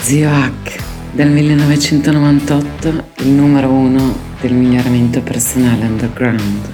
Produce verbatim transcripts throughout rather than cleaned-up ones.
Zio Hack, del millenovecentonovantotto, il numero uno del miglioramento personale underground.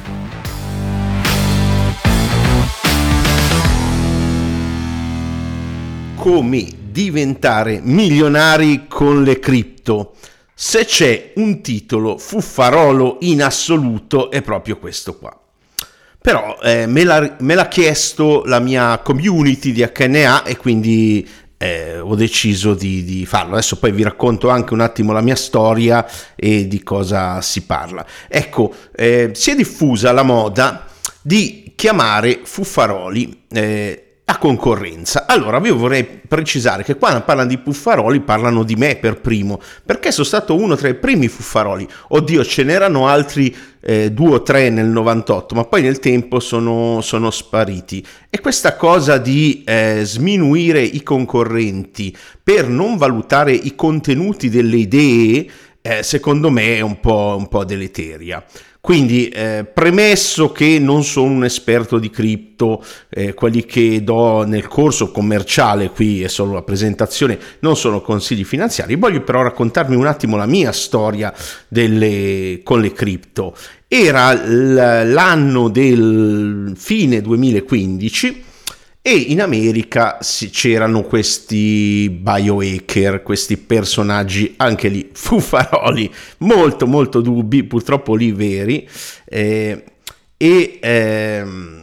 Come diventare milionari con le cripto? Se c'è un titolo fuffarolo in assoluto è proprio questo qua. Però eh, me, l'ha, me l'ha chiesto la mia community di H N A e quindi eh, ho deciso di, di farlo. Adesso poi vi racconto anche un attimo la mia storia e di cosa si parla. Ecco, eh, si è diffusa la moda di chiamare fuffaroli eh, a concorrenza. Allora, io vorrei precisare che quando parlano di fuffaroli parlano di me per primo, perché sono stato uno tra i primi fuffaroli. Oddio, ce n'erano altri eh, due o tre nel novantotto, ma poi nel tempo sono, sono spariti. E questa cosa di eh, sminuire i concorrenti per non valutare i contenuti delle idee, eh, secondo me è un po', un po' deleteria. Quindi eh, premesso che non sono un esperto di cripto, eh, quelli che do nel corso commerciale, qui è solo la presentazione, non sono consigli finanziari, voglio però raccontarvi un attimo la mia storia delle, con le cripto. Era l'anno del fine duemilaquindici e in America c'erano questi biohacker, questi personaggi anche lì fuffaroli molto molto dubbi, purtroppo lì veri, eh, e, ehm,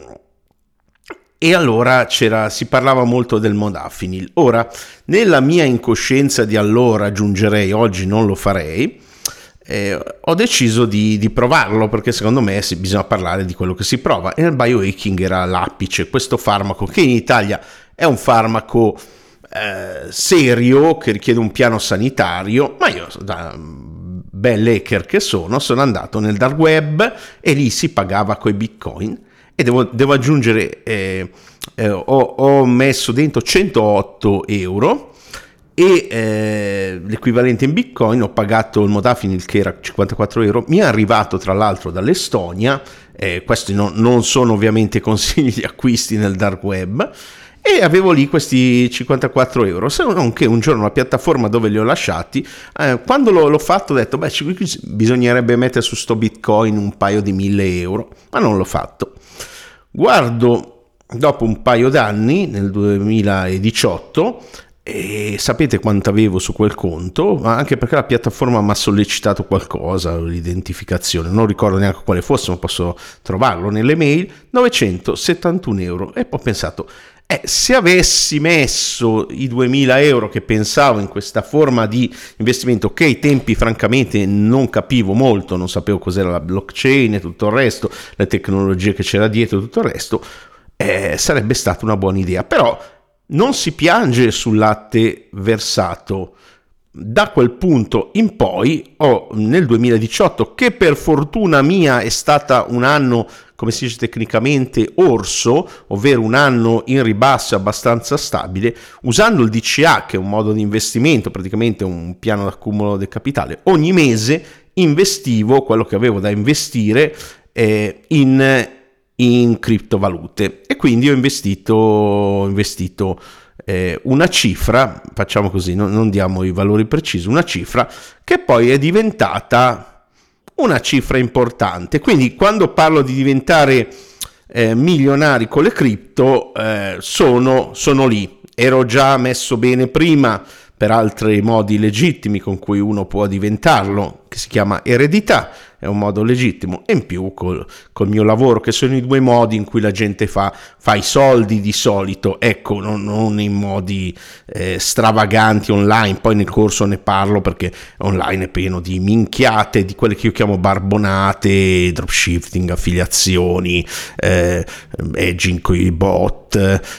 e allora c'era, si parlava molto del modafinil. Ora, nella mia incoscienza di allora, aggiungerei, oggi non lo farei, Eh, ho deciso di, di provarlo, perché secondo me si, bisogna parlare di quello che si prova, e il biohacking era l'apice. Questo farmaco, che in Italia è un farmaco eh, serio, che richiede un piano sanitario, ma io da bel hacker che sono sono andato nel dark web e lì si pagava coi bitcoin. E devo, devo aggiungere eh, eh, ho, ho messo dentro centootto euro e eh, l'equivalente in bitcoin. Ho pagato il modafinil che era cinquantaquattro euro, mi è arrivato tra l'altro dall'Estonia, eh, questi no, non sono ovviamente consigli di acquisti nel dark web, e avevo lì questi cinquantaquattro euro, se non che un giorno la piattaforma dove li ho lasciati, eh, quando l'ho, l'ho fatto ho detto beh, bisognerebbe mettere su sto bitcoin un paio di mille euro, ma non l'ho fatto. Guardo dopo un paio d'anni, nel duemiladiciotto, e sapete quanto avevo su quel conto? Ma anche perché la piattaforma mi ha sollecitato qualcosa, l'identificazione, non ricordo neanche quale fosse, ma posso trovarlo nelle mail, novecentosettantuno euro. E poi ho pensato, eh, se avessi messo i duemila euro che pensavo in questa forma di investimento, che ai tempi francamente non capivo molto, non sapevo cos'era la blockchain e tutto il resto, le tecnologie che c'era dietro e tutto il resto, eh, sarebbe stata una buona idea. Però non si piange sul latte versato. Da quel punto in poi ho, nel duemiladiciotto, che per fortuna mia è stata un anno, come si dice tecnicamente, orso, ovvero un anno in ribasso abbastanza stabile, usando il D C A, che è un modo di investimento, praticamente un piano d'accumulo del capitale, ogni mese investivo quello che avevo da investire eh, in in criptovalute, e quindi ho investito, ho investito eh, una cifra, facciamo così, non, non diamo i valori precisi, una cifra che poi è diventata una cifra importante. Quindi quando parlo di diventare eh, milionari con le cripto, eh, sono, sono lì. Ero già messo bene prima per altri modi legittimi con cui uno può diventarlo, che si chiama eredità, è un modo legittimo, e in più col, col mio lavoro, che sono i due modi in cui la gente fa, fa i soldi di solito, ecco, non, non in modi eh, stravaganti online. Poi nel corso ne parlo, perché online è pieno di minchiate, di quelle che io chiamo barbonate, dropshifting, affiliazioni, eh, hedging con i bot,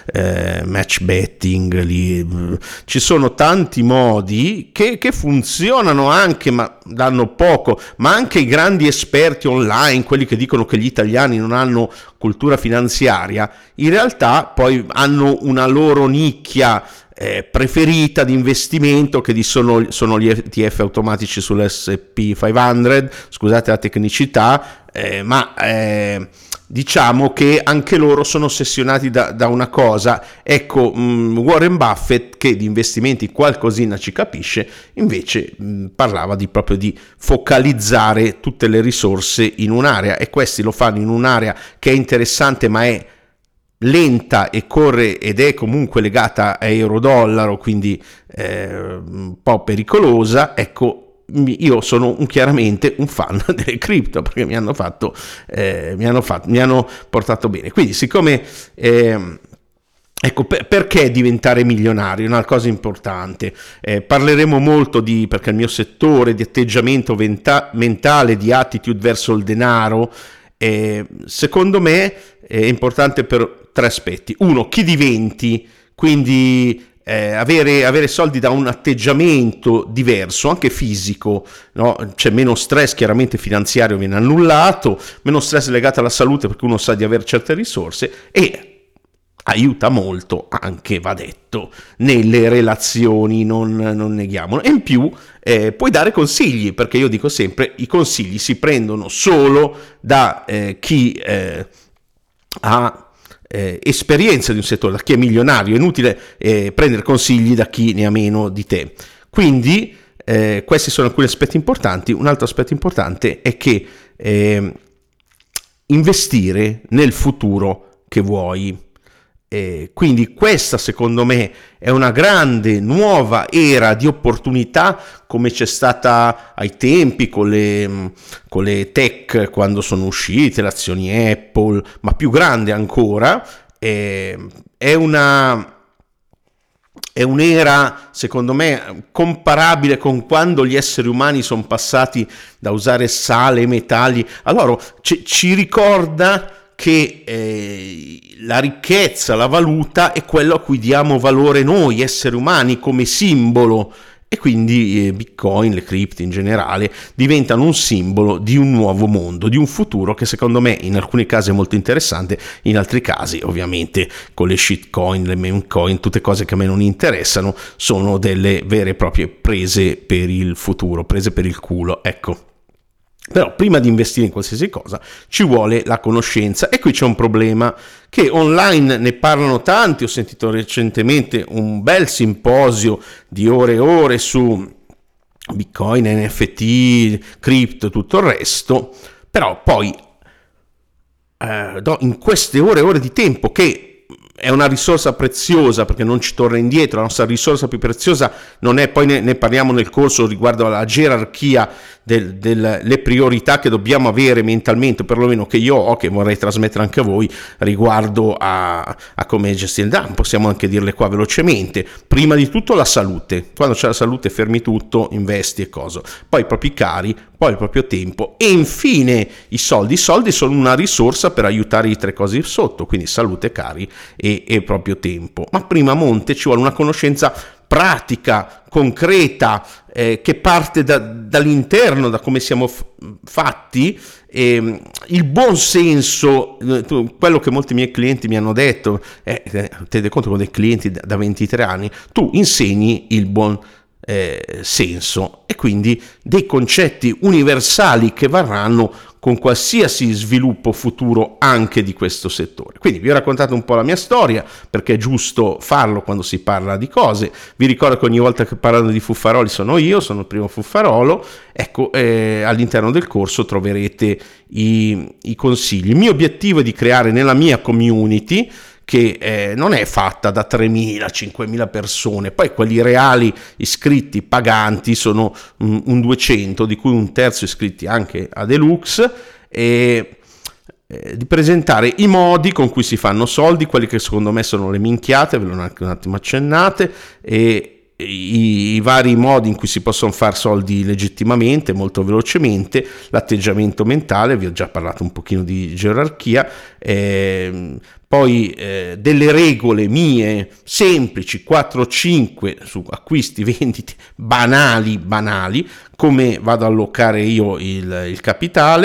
eh, match betting, lì. Ci sono tanti modi che, che funzionano anche, ma danno poco, ma anche i grandi esperti online, quelli che dicono che gli italiani non hanno cultura finanziaria, in realtà poi hanno una loro nicchia eh, preferita di investimento, che di sono, sono gli E T F automatici sull'esse and P cinquecento. Scusate la tecnicità, eh, ma eh, diciamo che anche loro sono ossessionati da, da una cosa. Ecco, mh, Warren Buffett, che di investimenti qualcosina ci capisce, invece mh, parlava di proprio di focalizzare tutte le risorse in un'area, e questi lo fanno in un'area che è interessante ma è lenta e corre ed è comunque legata a euro-dollaro, quindi eh, un po' pericolosa. Ecco, io sono un, chiaramente un fan delle cripto, perché mi hanno fatto, eh, mi hanno fatto, mi hanno portato bene. Quindi, siccome eh, ecco, per, perché diventare milionario è una cosa importante. Eh, parleremo molto di, perché il mio settore, di atteggiamento venta, mentale, di attitude verso il denaro, eh, secondo me è importante per tre aspetti. Uno, chi diventi, quindi Eh, avere, avere soldi da un atteggiamento diverso, anche fisico, no? C'è meno stress, chiaramente finanziario viene annullato, meno stress legato alla salute perché uno sa di avere certe risorse, e aiuta molto anche, va detto, nelle relazioni, non, non neghiamolo. E in più eh, puoi dare consigli, perché io dico sempre, i consigli si prendono solo da eh, chi eh, ha Eh, esperienza di un settore, da chi è milionario. È inutile eh, prendere consigli da chi ne ha meno di te. Quindi eh, questi sono alcuni aspetti importanti. Un altro aspetto importante è che eh, investire nel futuro che vuoi. Eh, quindi questa, secondo me, è una grande nuova era di opportunità, come c'è stata ai tempi con le, con le tech quando sono uscite, le azioni Apple, ma più grande ancora. Eh, è una è un'era, secondo me, comparabile con quando gli esseri umani sono passati da usare sale e metalli. Allora ci, ci ricorda che eh, la ricchezza, la valuta è quello a cui diamo valore noi esseri umani come simbolo, e quindi eh, Bitcoin, le cripto in generale, diventano un simbolo di un nuovo mondo, di un futuro che secondo me in alcuni casi è molto interessante, in altri casi ovviamente con le shitcoin, le meme coin, tutte cose che a me non interessano, sono delle vere e proprie prese per il futuro, prese per il culo, ecco. Però prima di investire in qualsiasi cosa ci vuole la conoscenza, e qui c'è un problema che online ne parlano tanti. Ho sentito recentemente un bel simposio di ore e ore su Bitcoin, N F T, cripto e tutto il resto, però poi eh, in queste ore e ore di tempo, che è una risorsa preziosa perché non ci torna indietro, la nostra risorsa più preziosa non è, poi ne, ne parliamo nel corso riguardo alla gerarchia delle del, priorità che dobbiamo avere mentalmente, perlomeno che io ho, che vorrei trasmettere anche a voi, riguardo a, a come gestire il danno. Possiamo anche dirle qua velocemente. Prima di tutto la salute, quando c'è la salute fermi tutto, investi e cosa, poi i propri cari, poi il proprio tempo, e infine i soldi. I soldi sono una risorsa per aiutare i tre cose sotto, quindi salute, cari e, e proprio tempo. Ma prima a monte ci vuole una conoscenza pratica, concreta, eh, che parte da, dall'interno, da come siamo f- fatti, eh, il buon senso, eh, quello che molti miei clienti mi hanno detto, eh, eh, tenete conto, con dei clienti da, da ventitré anni, tu insegni il buon eh, senso, e quindi dei concetti universali che varranno con qualsiasi sviluppo futuro anche di questo settore. Quindi vi ho raccontato un po' la mia storia, perché è giusto farlo quando si parla di cose. Vi ricordo che ogni volta che parlano di Fuffaroli sono io, sono il primo Fuffarolo. Ecco, eh, all'interno del corso troverete i, i consigli. Il mio obiettivo è di creare nella mia community, che eh, non è fatta da tremila cinquemila persone, poi quelli reali iscritti paganti sono un, un duecento, di cui un terzo iscritti anche a Deluxe, e eh, di presentare i modi con cui si fanno soldi, quelli che secondo me sono le minchiate, ve l'ho anche un attimo accennate, e I, i vari modi in cui si possono fare soldi legittimamente, molto velocemente, l'atteggiamento mentale, vi ho già parlato un pochino di gerarchia, eh, poi eh, delle regole mie semplici, quattro o cinque su acquisti, vendite banali, banali, come vado a allocare io il, il capitale,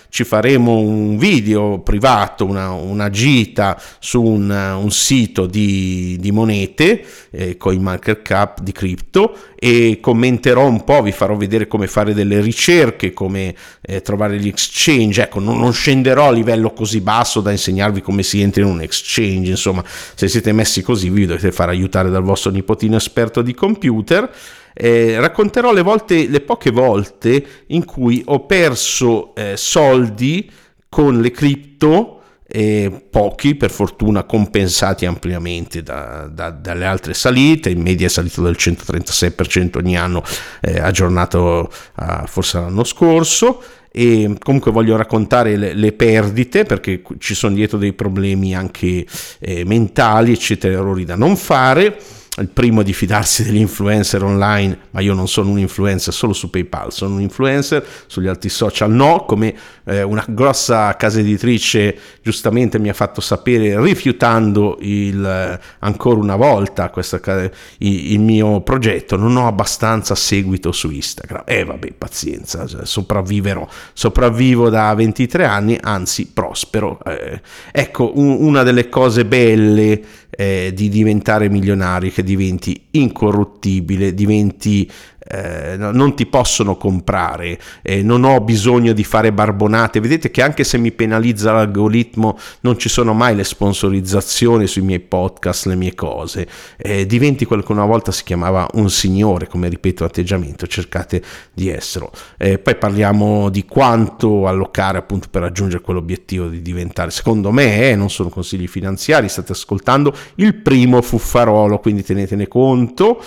ci faremo un video privato, una, una gita su un, un sito di, di monete, eh, CoinMarketCap di cripto, e commenterò un po', vi farò vedere come fare delle ricerche, come eh, trovare gli exchange. Ecco, non, non scenderò a livello così basso da insegnarvi come si entra in un exchange, insomma, se siete messi così vi dovete fare aiutare dal vostro nipotino esperto di computer. Eh, racconterò le volte, le poche volte in cui ho perso eh, soldi con le cripto, eh, pochi per fortuna, compensati ampiamente da, da, dalle altre salite. In media è salito del centotrentasei per cento ogni anno, eh, aggiornato a, forse l'anno scorso. E comunque voglio raccontare le, le perdite, perché ci sono dietro dei problemi anche eh, mentali, eccetera, errori da non fare. Il primo, di fidarsi degli influencer online, ma io non sono un influencer solo su PayPal, sono un influencer sugli altri social no, come eh, una grossa casa editrice giustamente mi ha fatto sapere, rifiutando il, ancora una volta questa, il, il mio progetto. Non ho abbastanza seguito su Instagram, e eh, vabbè, pazienza, cioè, sopravviverò, sopravvivo da ventitré anni, anzi prospero. Eh, ecco, un, una delle cose belle eh, di diventare milionari, che diventi incorruttibile, diventi eh, non ti possono comprare, eh, non ho bisogno di fare barbonate. Vedete che anche se mi penalizza l'algoritmo non ci sono mai le sponsorizzazioni sui miei podcast, le mie cose, eh, diventi quello che una volta si chiamava un signore, come ripeto atteggiamento, cercate di esserlo. Eh, poi parliamo di quanto allocare appunto per raggiungere quell'obiettivo di diventare, secondo me, eh, non sono consigli finanziari, state ascoltando il primo fuffarolo, quindi tenetene conto.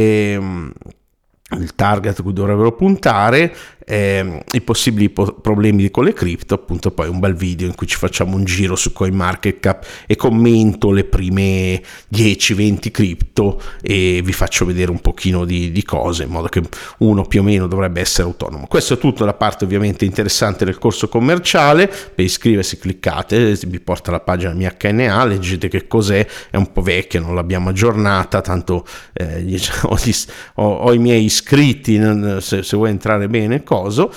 ehm, il target a cui dovrebbero puntare, eh, i possibili po- problemi con le cripto, appunto. Poi un bel video in cui ci facciamo un giro su CoinMarketCap e commento le prime dieci venti cripto e vi faccio vedere un pochino di, di cose, in modo che uno più o meno dovrebbe essere autonomo. Questo è tutto la parte ovviamente interessante del corso commerciale. Per iscriversi cliccate, vi porta alla pagina mia H N A, leggete che cos'è, è un po' vecchia, non l'abbiamo aggiornata, tanto eh, ho, gli, ho, ho i miei iscritti, se, se vuoi entrare bene coso,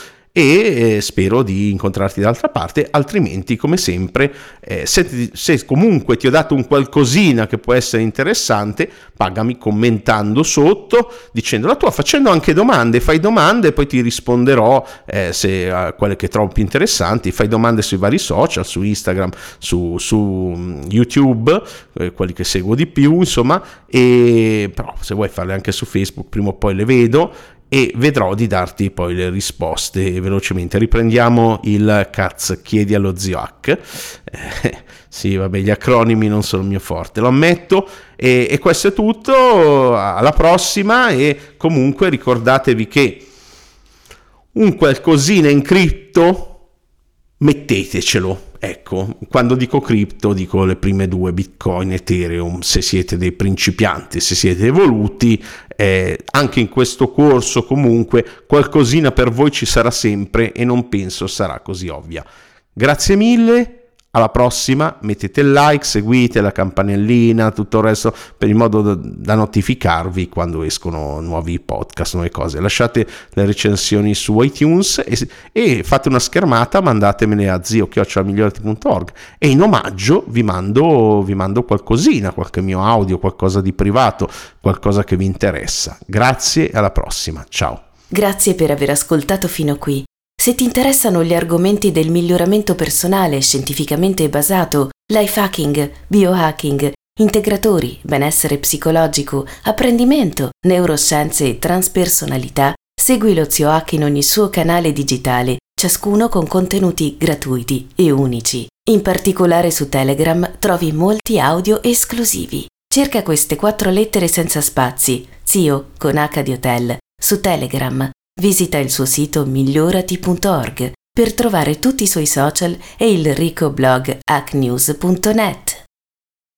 e eh, spero di incontrarti d'altra parte. Altrimenti, come sempre, eh, se, se comunque ti ho dato un qualcosina che può essere interessante, pagami commentando sotto, dicendo la tua, facendo anche domande. Fai domande, poi ti risponderò eh, se uh, quelle che trovo più interessanti. Fai domande sui vari social, su Instagram, su, su YouTube, eh, quelli che seguo di più, insomma. E però se vuoi farle anche su Facebook, prima o poi le vedo e vedrò di darti poi le risposte velocemente. Riprendiamo il cazzo chiedi allo zio Hack. Eh, sì, vabbè, gli acronimi non sono il mio forte, lo ammetto. E, e questo è tutto, alla prossima. E comunque ricordatevi che un qualcosina in cripto mettetecelo. Ecco, quando dico cripto dico le prime due, Bitcoin, Ethereum. Se siete dei principianti, se siete evoluti, eh, anche in questo corso comunque qualcosina per voi ci sarà sempre, e non penso sarà così ovvia. Grazie mille, alla prossima, mettete il like, seguite la campanellina, tutto il resto, per il modo da, da notificarvi quando escono nuovi podcast, nuove cose. Lasciate le recensioni su iTunes e, e fate una schermata, mandatemele a zio chiocciola migliorati punto org, e in omaggio vi mando, vi mando qualcosina, qualche mio audio, qualcosa di privato, qualcosa che vi interessa. Grazie e alla prossima, ciao. Grazie per aver ascoltato fino qui. Se ti interessano gli argomenti del miglioramento personale scientificamente basato, life hacking, biohacking, integratori, benessere psicologico, apprendimento, neuroscienze e transpersonalità, segui lo Zio Hack in ogni suo canale digitale, ciascuno con contenuti gratuiti e unici. In particolare su Telegram trovi molti audio esclusivi. Cerca queste quattro lettere senza spazi, Zio con H di hotel, su Telegram. Visita il suo sito migliorati punto org per trovare tutti i suoi social e il ricco blog hack news punto net.